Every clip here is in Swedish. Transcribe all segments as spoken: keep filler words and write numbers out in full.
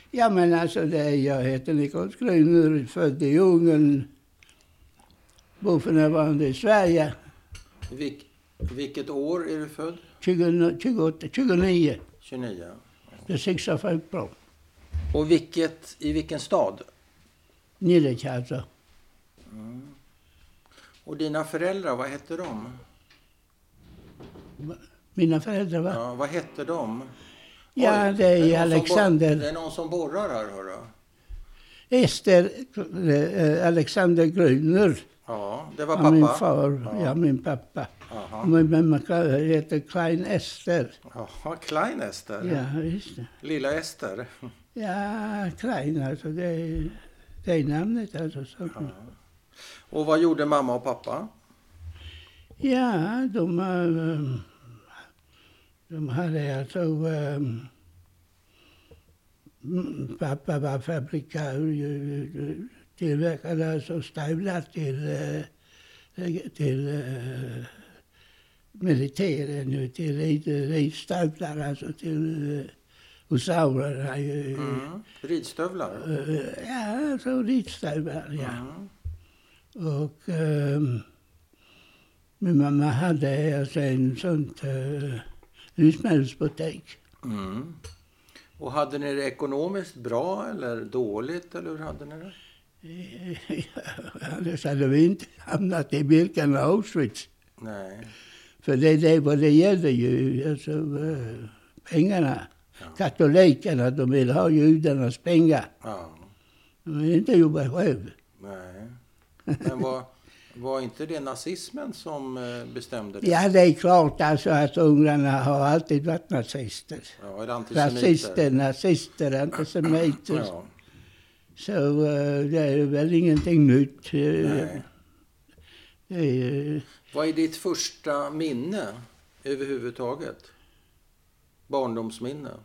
Ja, men alltså det, jag heter Niklas Gryner, född i Ungern, bor för närvarande i Sverige. Vilk, vilket år är du född? tjugo, tjugoåtta, tjugonio. tjugonio. Det är sex februari. Och vilket, i vilken stad? Niederkärrta. Mm. Och dina föräldrar, vad hette de? Mina föräldrar, va? Ja, vad hette de? Ja, Oj, det är, är Alexander. Det är någon som borrar här, hörru. Ester eh, Alexander Gryner. Ja, det var Ja, pappa. min far, ja, Ja. min pappa. Aha. Min mamma heter Klein Ester. Jaha, Klein Ester. Ja, just det. Lilla Ester. Ja, Klein alltså, det är, det är namnet alltså. Så. Ja. Och vad gjorde mamma och pappa? Ja, de, um, de hade alltså... Um, pappa var fabrikör, tillverkade alltså stövlar till, till uh, militären, till ridstövlar, alltså till uh, husaurer. Mm. Ridstövlar? Uh, ja, alltså ridstövlar, ja. Mm. Och um, min mamma hade alltså en sånt uh, livsmedelsbutik. Mm. Och hade ni det ekonomiskt bra eller dåligt, eller hur hade ni det? Annars hade vi inte hamnat i Birken och Auschwitz. Nej. För det är det vad det gäller ju, alltså uh, pengarna. Ja. Katolikerna, de vill ha judarnas pengar. Ja. De vill inte jobba själv. Nej. Men var, var inte det nazismen som bestämde det? Ja, det är klart alltså att ungrarna har alltid varit nazister. Ja, eller antisemiter. Rasister, nazister, antisemiter. Ja. Så uh, det är väl ingenting nytt. Nej. Det är, vad är ditt första minne överhuvudtaget? Barndomsminne?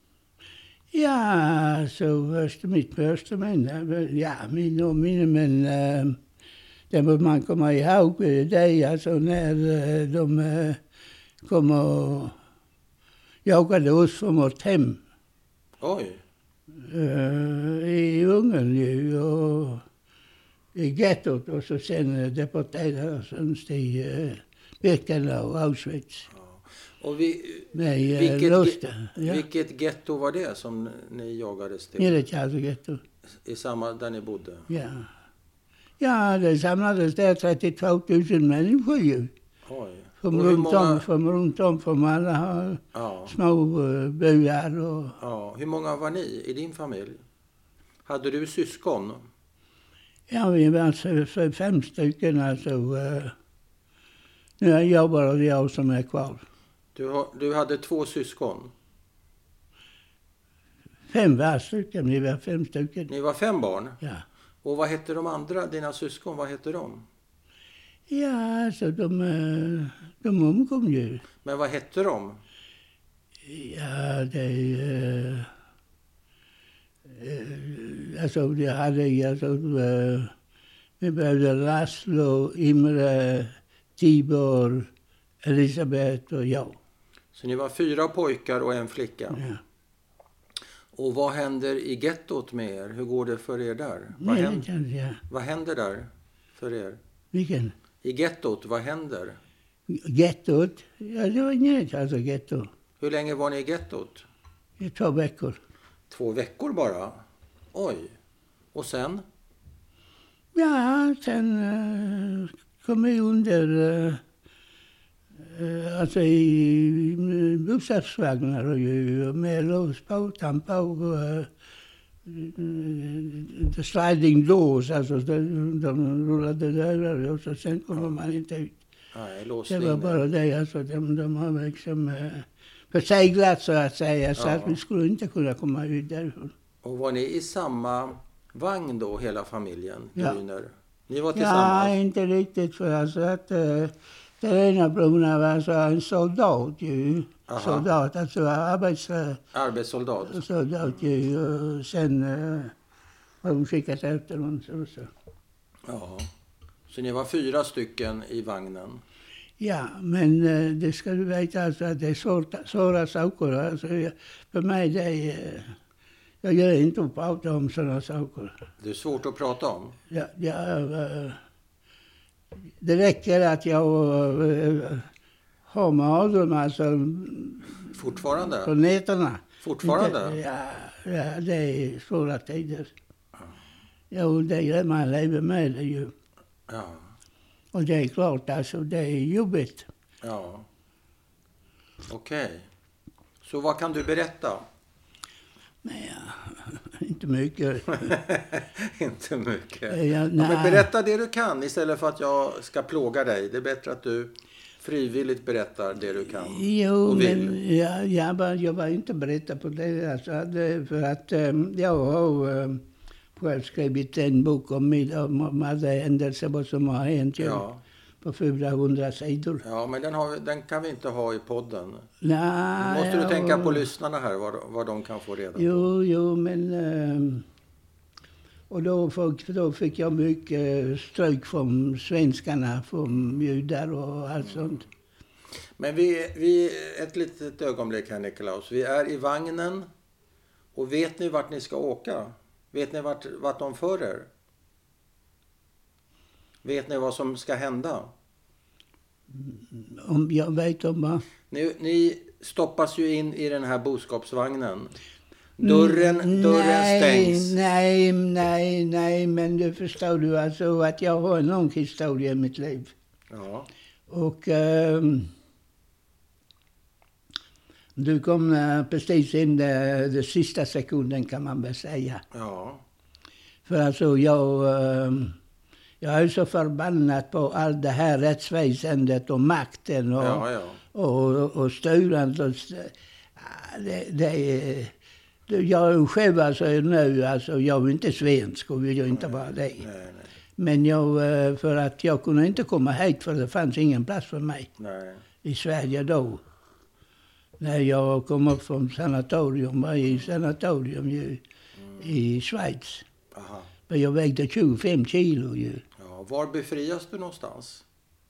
Ja, så först, mitt första minne, ja, min och minne, men uh, det måste man komma ihåg, det är alltså när uh, de uh, kom och jagade oss från vårt hem. Oj! Uh, I Ungern ju, och i gettot, och så sen deporterades oss till uh, Birkenau och Auschwitz. Och vi, med, vilket, Lusten, ja. vilket getto var det som ni jagades till? Niederkärrta getto. I samma där ni bodde? Ja. Ja, det samlades där trettiotvå tusen människor ju. Oj. Från runt många... om, från runt om, från alla ja. små uh, byar. Och... Ja. Hur många var ni i din familj? Hade du syskon? Ja, vi var alltså fem stycken. Alltså, uh, nu är jag bara jag som är kvar. Du, har, du hade två syskon? Fem var stycken, vi var fem stycken. Ni var fem barn? Ja. Och vad hette de andra, dina syskon, vad hette de? Ja, alltså de, de omkom ju. Men vad hette de? Ja, det är... Uh, alltså, jag hade... Alltså, uh, vi behövde Laszlo, Imre, Tibor, Elisabeth och jag. Så ni var fyra pojkar och en flicka? Ja. Och vad händer i gettot med er? Hur går det för er där? Vad, Nej, händer, kan, ja. vad händer där för er? Vilken? I gettot, vad händer? Gettot? Ja, det var inget alltså getto. Hur länge var ni i gettot? I två veckor. Två veckor bara? Oj. Och sen? Ja, sen uh, kom vi under... Uh, uh, alltså i bostadsvagnar och ju med lås på, tampa och uh, the sliding doors, alltså de, de rullade dörrar och så sen kommer ja. man inte ut. Nej, lås det var bara det, alltså de, de har liksom uh, förseglat så att säga, så ja. att vi skulle inte kunna komma ut därifrån. Och var ni i samma vagn då, hela familjen? Ja. Ni var tillsammans? Ja, inte riktigt, för alltså att uh, den ena bron var alltså en soldat ju. Aha. Soldat, alltså arbets... Arbetssoldat. Soldat ju, och sen uh, har de skickat efter honom så. så. Ja, så ni var fyra stycken i vagnen? Ja, men uh, det ska du veta alltså att det är svåra, svåra saker. Alltså, för mig det är... jag gör inte att prata om sådana saker. Det är svårt att prata om. Ja, ja, uh, det räcker att jag uh, har mardrömmar alltså, Fortfarande? på nätterna. Fortfarande? Inte, ja, ja, det är svåra tider. Ja, det är det man lever med det ju. Ja. Och det är klart, alltså det är jobbigt. Ja. Okej. Okay. Så vad kan du berätta? Nej, ja, inte mycket. Inte mycket. Ja, ja, men berätta det du kan istället för att jag ska plåga dig. Det är bättre att du frivilligt berättar det du kan. Jo, och vill. men ja, jag, var, jag var inte berätta på det. Alltså, för att um, jag har um, själv skrivit en bok om, om, om alla händelser vad som har hänt. Ja. På fyrahundra sidor. Ja, men den, har, den kan vi inte ha i podden. Nej, måste du ja, tänka på lyssnarna här, vad, vad de kan få reda på. Jo, jo, men... Um, och då fick, då fick jag mycket stryk från svenskarna, från judar och allt sånt. Men vi, vi ett litet ögonblick här, Nikolaus. Vi är i vagnen och vet ni vart ni ska åka? Vet ni vart, vart de för er? Vet ni vad som ska hända? Om jag vet om vad... Ni, ni stoppas ju in i den här boskapsvagnen. Dörren, dörren nej, stängs. Nej, nej, nej, men du förstår du alltså att jag har en lång historia i mitt liv. Ja. Och um, du kom uh, precis in den sista sekunden kan man väl säga. Ja. För alltså jag, um, jag är så förbannad på allt det här rättsväsendet och makten och, ja, ja. och, och, och styrandet. Och st- det, det är... Jag är själv alltså nu, alltså jag är inte svensk och vill ju inte vara det. Nej, nej. Men jag, för att jag kunde inte komma hit för det fanns ingen plats för mig Nej. i Sverige då. När jag kom upp från sanatorium, var i sanatorium ju, mm. i Schweiz. Aha. Men jag vägde tjugofem kilo ju. Ja, var befrias du någonstans?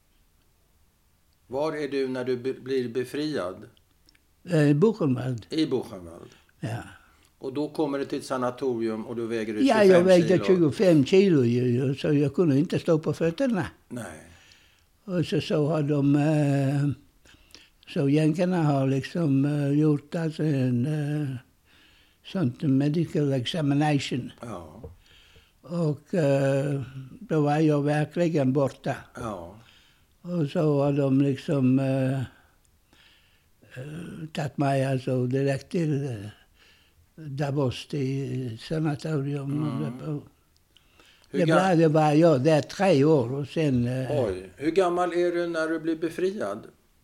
Var är du när du be- blir befriad? Eh, Buchenwald. I Buchenwald. Ja. Och då kommer du till ett sanatorium och du väger ut Ja, jag vägde tjugofem kilo ju, så jag kunde inte stå på fötterna. Nej. Och så, så har de, eh, så jänkarna har liksom eh, gjort alltså en eh, sånt medical examination. Ja. Och eh, då var jag verkligen borta. Ja. Och så har de liksom eh, eh, tagit mig alltså direkt till eh, Davos till sanatorium. Mm. Det var, det var jag där tre år och sen... Oj, hur gammal är du när du blir befriad?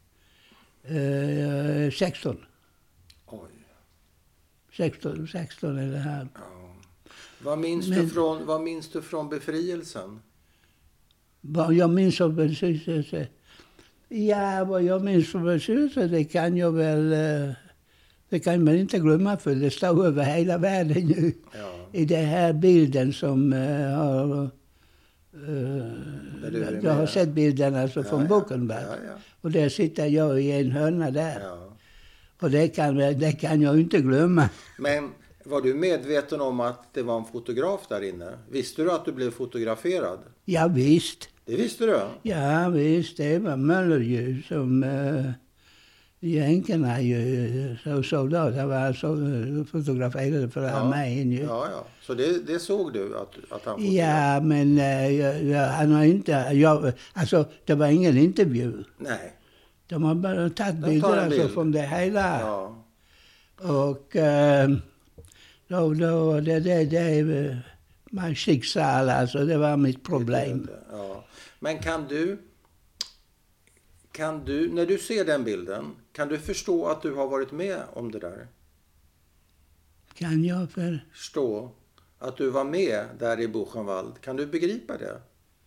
Eh, sexton. Oj. sexton, sexton eller här. Ja. Vad minns, Men, du från, vad minns du från befrielsen? Vad jag minns av befrielsen? Ja, vad jag minns från befrielsen, det kan jag väl... Det kan man inte glömma för det står över hela världen nu. Ja. I den här bilden som uh, har... Uh, jag har sett bilden alltså ja, från Buchenwald. Ja, ja. Och där sitter jag i en hörna där. Ja. Och det kan, det kan jag inte glömma. Men var du medveten om att det var en fotograf där inne? Visste du att du blev fotograferad? Ja, visst. Det visste du? Ja, visst. Det var Möller ju som... Uh, Jänkarna ju, så soldater var så fotograferade för ja, armén ju. Ja, ja. Så det, det såg du att, att han fotograferade? Ja, men uh, ja, han har inte, jag, alltså det var ingen intervju. Nej. De har bara tagit bilder alltså, bild. Från det hela. Ja. Och uh, då, då, det, det, det var skicksal alltså, det var mitt problem. Ja. Men kan du... Kan du, när du ser den bilden, kan du förstå att du har varit med om det där? Kan jag för... förstå att du var med där i Buchenwald? Kan du begripa det?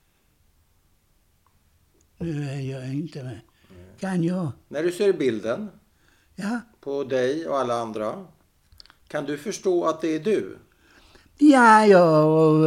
Nu är jag inte med. Kan jag? När du ser bilden ja. på dig och alla andra, kan du förstå att det är du? Ja, jag...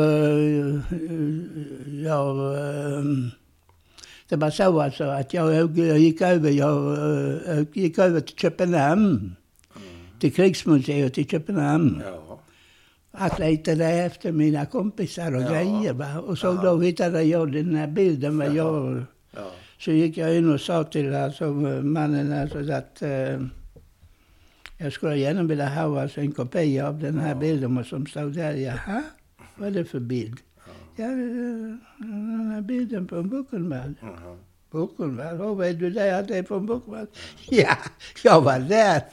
jag... jag det var så alltså att jag, jag, gick, över, jag, jag gick över till Köpenhamn. Mm. Till Krigsmuseet i Köpenhamn. Ja. att letade efter mina kompisar och Ja. grejer. Va? Och så Aha. då hittade jag den här bilden. Va? Jag, Ja. så gick jag in och sa till alltså, mannen alltså, att eh, jag skulle gärna vilja ha alltså, en kopia av den här Ja. bilden. Och som stod där, jaha, vad är det för bild? Ja. Ja, den här bilden på Buchenwald. Aha. Buchenwald, hur vet du det att det är från Buchenwald? Ja, jag var där.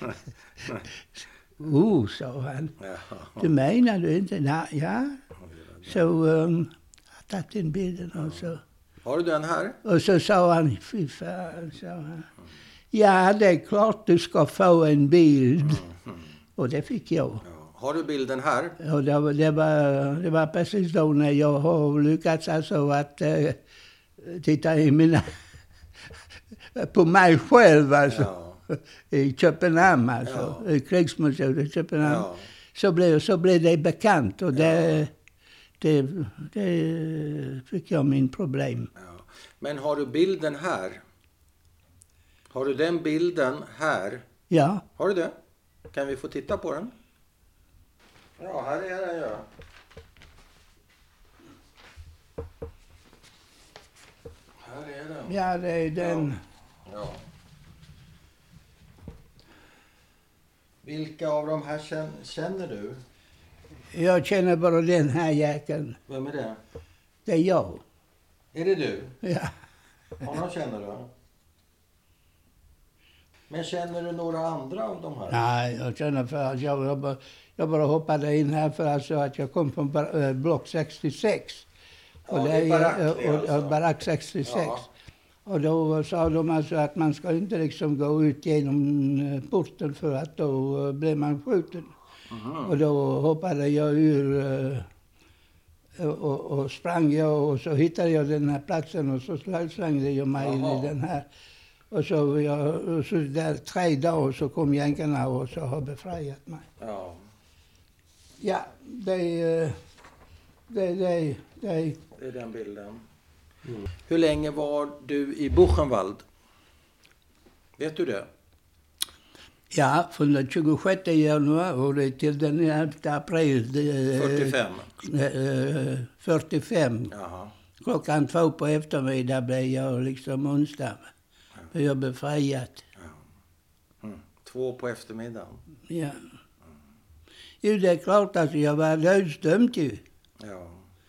Oh, sa han. Ja. Du menar du inte? Nej, ja. Så um, jag tagit in bilden och så. Har du den här? Och så sa han, fy fan, sa han. Ja, det är klart du ska få en bild. Mm. Mm. Och det fick jag. Ja. Har du bilden här? Och det var, det var, det var precis då när jag har lyckats alltså att uh, titta i mina, på mig själv alltså. Ja. I Köpenhamn alltså, Ja. i Krigsmuseet i Köpenhamn. Ja. Så, blev, så blev det bekant och det, Ja. det, det fick jag min problem. Ja. Men har du bilden här? Har du den bilden här? Ja, Har du det? Kan vi få titta på den? Ja, här är den ju. Här är den. ja det är den. Ja. Vilka av de här känner, känner du? Jag känner bara den här jäkeln. Vem är det? Det är jag. Är det du? Ja. Honom känner du? Men känner du några andra av de här? Nej, jag känner för att jag, jag, bara, jag bara hoppade in här för alltså att jag kom från bar, äh, block sextiosex. Ja, det är barack det och, alltså. och barack sextiosex. Ja. Och då sa de alltså att man ska inte liksom gå ut genom eh, porten för att då eh, blir man skjuten. Mhm. Och då hoppade jag ur eh, och, och sprang jag och så hittade jag den här platsen och så sl- slängde jag mig in Jaha. i den här. Och så, jag, och så där tre dagar så kom jänkarna och så har befriat mig. Ja. Ja, det är det, det, det, Det är den bilden. Mm. Hur länge var du i Buchenwald? Vet du det? ja, från den tjugosjätte januari till den elfte april. eh, fyrtiofem. eh, fyrtiofem. Jaha. Klockan två på eftermiddag blev jag liksom onsdag. Blev jag befriat. Ja. Mm. Två på eftermiddagen. Ja. Jo, det är klart att jag var dödsdömd ju. Ja.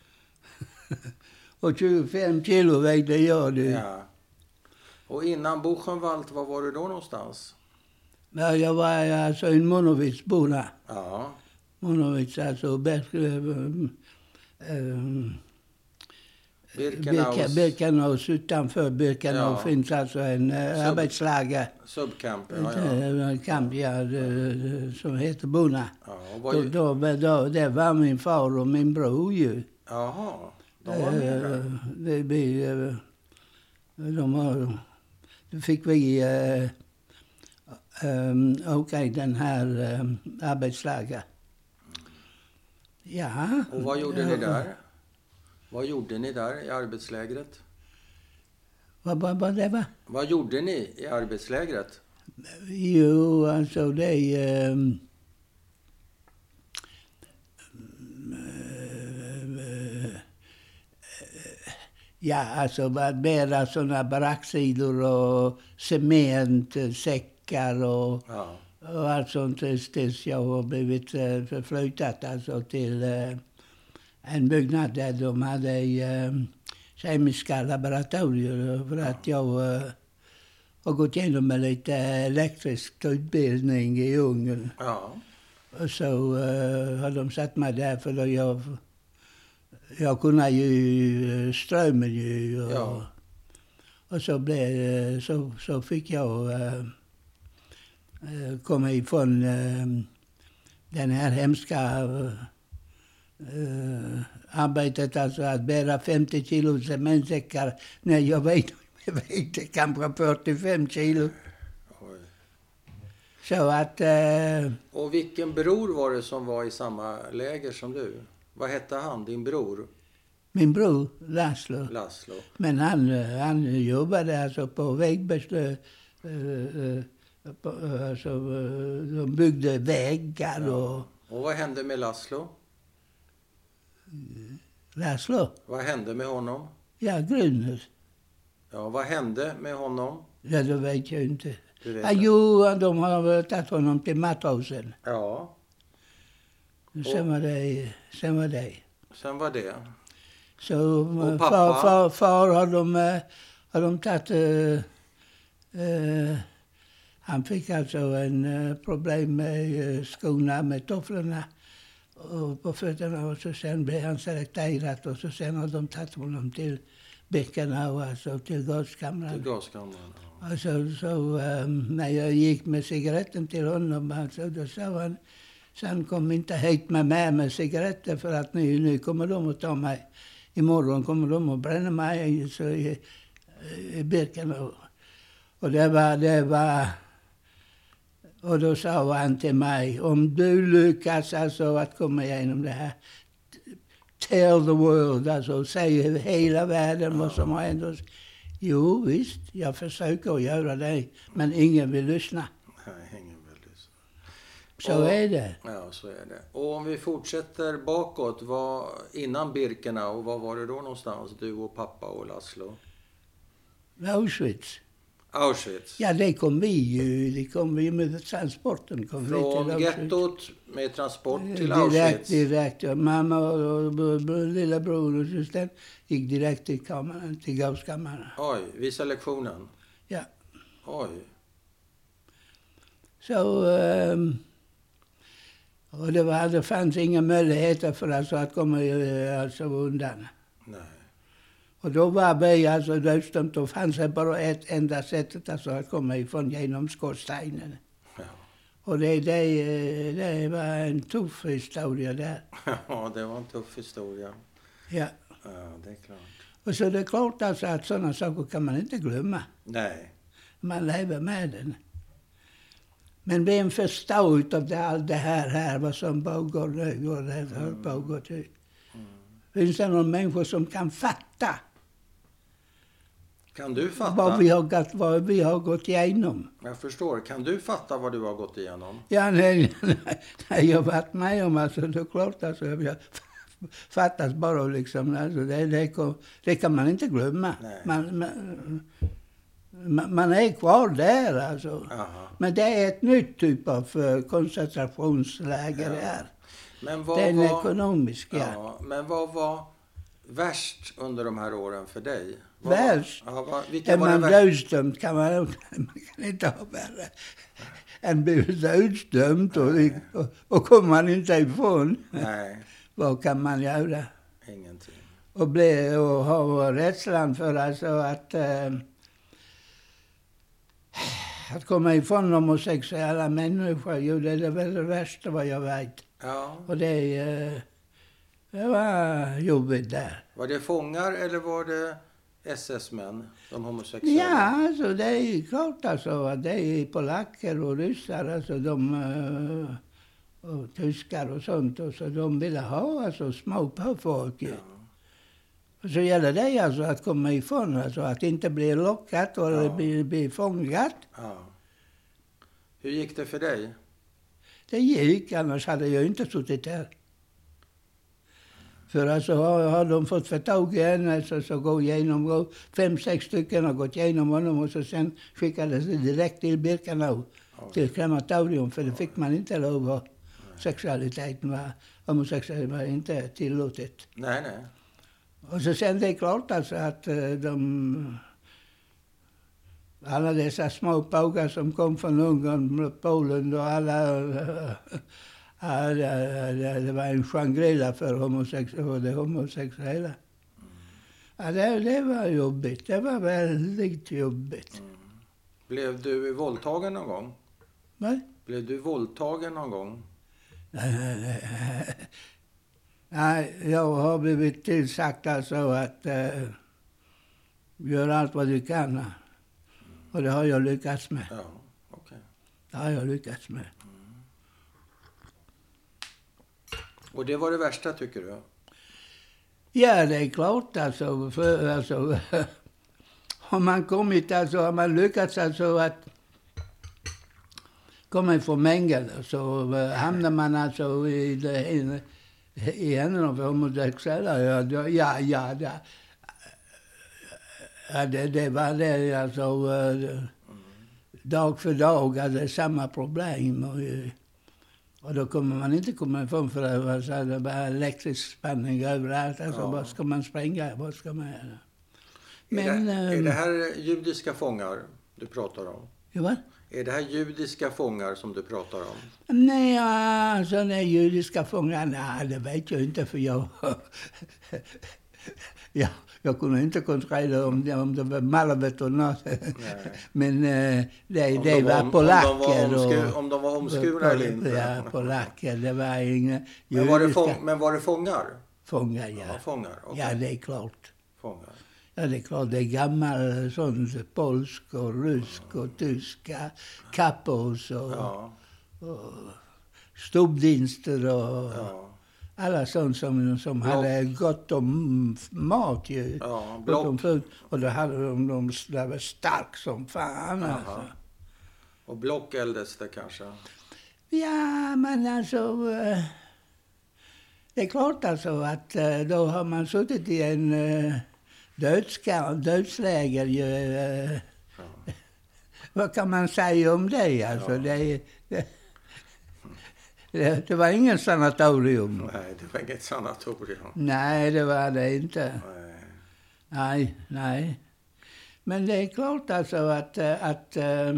Och tjugofem kilo vägde jag du. Ja. Och innan Buchenwald, var var du då någonstans? Ja, jag var alltså en Monowitz-bona. Ja. Monowitz, alltså Berk, ähm, ähm, Birkenhaus. Birka- Birkenhaus, utanför Birkenhaus Ja. finns alltså en äh, Sub- arbetslager. Subcamp. En Ja, ja. äh, kamp, ja, det- som heter Bona. Ja, och vad, Då, då, då, det var min far och min bror ju. jaha. De var med där. Eh, vi, vi, eh, de har, då fick vi uh, um, åka i den här um, arbetslager. Ja. Och vad gjorde ja. ni där? Vad gjorde ni där i arbetslägret? Vad, vad, vad det var? Vad gjorde ni i arbetslägret? Jo, alltså det är... Um, ja, alltså vad mera sådana baracksidor och cement, säckar och, Ja. och allt sånt tills, tills jag har blivit uh, förflyttat alltså till uh, en byggnad där de hade uh, kemiska laboratorier för att jag uh, har gått igenom med lite elektrisk utbildning i Ungern. Ja. Och så uh, har de satt mig där för då jag, jag kunde ju strömmen ju. Och, Ja. och så, blev, så, så fick jag uh, uh, komma ifrån uh, den här hemska uh, uh, arbetet, alltså att bära femtio kilo cementsäckar när jag vägde, vägde kanske fyrtiofem kilo. Oj. Så att... Uh, Och vilken bror var det som var i samma läger som du? Vad hette han, din bror? min bror Laszlo. Laszlo. Men han, han jobbade alltså på vägbeslö... Uh, uh, alltså, uh, de byggde väggar Ja. och... Och vad hände med Laszlo? Laszlo? Vad hände med honom? Ja, Grunus. Ja, vad hände med honom? Ja, det vet jag inte. Du vet Ja, inte. jo, de har väl tagit honom till Matthausen. Ja, Sen var det, sen var det. sen var det. Så Och eh, pappa? far, far, far har de, eh, har de tagit... eh, eh, han fick alltså en eh, problem med eh, skorna, med tofflorna och på fötterna. Och så sen blev han selekterad och så sen har de tagit honom till Birkenau, alltså till gaskammaren. Till gaskammaren. Ja. Alltså, så um, när jag gick med cigaretten till honom, alltså, då sa han, sen kom inte hit med mig med cigaretter för att nu, nu kommer de att ta mig. Imorgon kommer de att bränna mig så i, i Birkenau. Och det var, det var, och då sa han till mig, om du lyckas alltså att komma igenom det här, tell the world, alltså säg hela världen vad som har hänt oss. Jo, visst, jag försöker att göra det, men ingen vill lyssna. Nej, ingen vill lyssna. Så och, är det. Ja, så är det. Och om vi fortsätter bakåt, vad, innan Birkenau, var var det då någonstans? Du och pappa och Laszlo? Auschwitz. Auschwitz. Ja, det kom vi ju, det kom vi med transporten. Kom vi till Från Auschwitz. gettot med transport till direkt, Auschwitz. Direkt, ja. Mamma och, och, och, och lilla bror och syster gick direkt till kammaren, till gaskammaren. Oj, visa lektionen. Ja. Oj. Så, um, och det, var, det fanns inga möjligheter för oss att komma uh, alltså undan. Nej. Och då var vi alltså dödsdömt, då fanns det bara ett enda sättet alltså att komma ifrån genom skorstenen. Ja. Och det, det, det var en tuff historia där. Ja, det var en tuff historia. Ja. Ja, det är klart. Och så det är klart alltså att sådana saker kan man inte glömma. Nej. Man lever med den. Men vem förstår av det, allt det här, här vad som pågår nu och det har mm. pågått ut? Mm. Finns det någon människa som kan fatta? Kan du fatta? Vad vi har gått, vad vi har gått igenom. Jag förstår. Kan du fatta vad du har gått igenom? Ja, nej, nej jag har varit med om, alltså, det är klart, alltså, jag fattas bara liksom, alltså, det, det, kan, det kan man inte glömma. Man, man, man är kvar där, alltså. Aha. Men det är ett nytt typ av koncentrationsläger här. Men vad det är en var, ekonomisk, ja. ja. Men vad var värst under de här åren för dig? Vad, värst? Ja, vad, vilka är var man det dödsdömd kan man, man kan inte ha värre än bli dödsdömd och, och, och kommer man inte ifrån. Nej. Vad kan man göra? Ingenting. Och, bli, och ha rädslan för alltså att, äh, att komma ifrån homosexuella människor. Jo, det är väl det värsta vad jag vet. Ja. Och det, äh, det var jobbigt där. Var det fångar eller var det S S-män, de homosexuella? Ja, alltså det är ju klart alltså. Det är polacker och ryssar, alltså de... Äh, och tyskar och sånt, och så de ville ha alltså små på folket. Ja. Och så gäller det alltså att komma ifrån, alltså att inte bli lockat eller ja. bli, bli fångat. Ja. Hur gick det för dig? Det gick, annars hade jag inte suttit där. För alltså har, har de fått för tag i en, alltså, så gå igenom, gå, fem, sex stycken har gått igenom honom och så sen skickades det direkt till Birkenau, ja. till krematorium, för det fick man inte lov att. Sexualiteten var, homosexualitet var inte tillåtet. Nej, nej. Och så sen det är klart alltså att de, alla dessa små pojkar som kom från Ungern, Polen och alla, alla det var en Shangri-La för homosexuella, det homosexuella. Mm. Ja, det, det var jobbigt, det var väldigt jobbigt. Mm. Blev du våldtagen någon gång? Va? Blev du våldtagen någon gång? Nej, jag har blivit tillsagt alltså att uh, göra allt vad du kan. Mm. Och det har jag lyckats med. Ja, okay. Det har jag lyckats med. Mm. Och det var det värsta, tycker du? Ja, det är klart alltså. För, alltså har man kommit, alltså har man lyckats alltså att kommer från Mengele så hamnar man alltså i det, en av de homosexuella, ja, ja, ja, ja, det, ja det, det var det alltså mm. dag för dag hade samma problem och, och då kommer man inte komma ifrån för det var så det var elektrisk spänning överallt, alltså ja. vad ska man spränga, vad ska man göra? Men, är, det, är det här judiska fångar du pratar om? Ja, vad? Är det här judiska fångar som du pratar om? Nej, alltså nej, judiska fångar, nej, det vet jag inte för jag... ja, jag kunde inte kontrollera om det, om det var Malavet och något. Men eh, det, det de var var, polacker. Om de var, omskur, om de var omskurna eller inte? Ja, polacker, det var inga judiska... Men var det, fång, men var det fångar? Fångar, ja. Ja, fångar, okay. Ja, det är klart. Fångar. Ja, det är klart. Det är gammal sånt polsk och rysk och tyska kappos och, ja. och stubbdienster och ja. alla sånt som, som hade gott om mat ju. Ja, gott om food. Och då hade de, de det var stark som fan alltså. Och block eldes det kanske? Ja, men alltså... Det är klart alltså att då har man suttit i en... Dödska, dödsläger ju, eh, ja. Vad kan man säga om det? Alltså, ja. det, det, det, det var ingen sanatorium. Nej, det var inget sanatorium. Nej, det var det inte. Nej, nej. nej. Men det är klart alltså att, att äh,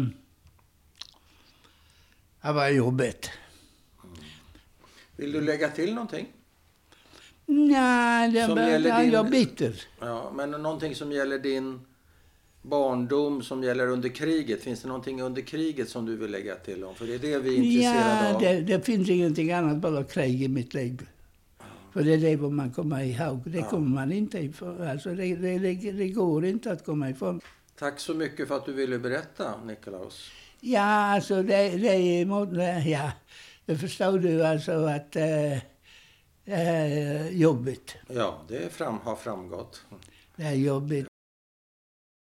det var jobbigt. Mm. Vill du lägga till någonting? Nej, det var din... jag bitter. Ja, men någonting som gäller din barndom, som gäller under kriget. Finns det någonting under kriget som du vill lägga till om? För det är det vi är intresserade ja, av. Det, det finns ingenting annat, bara krig i mitt liv. Ja. För det är det man kommer ihåg. Det ja. kommer man inte ifrån. Alltså det, det, det, det går inte att komma ifrån. Tack så mycket för att du ville berätta, Nikolaus. Ja, alltså det, det är... Ja, det förstår du alltså att... Äh, Det är jobbigt. Ja, det fram, har framgått. Det är jobbigt.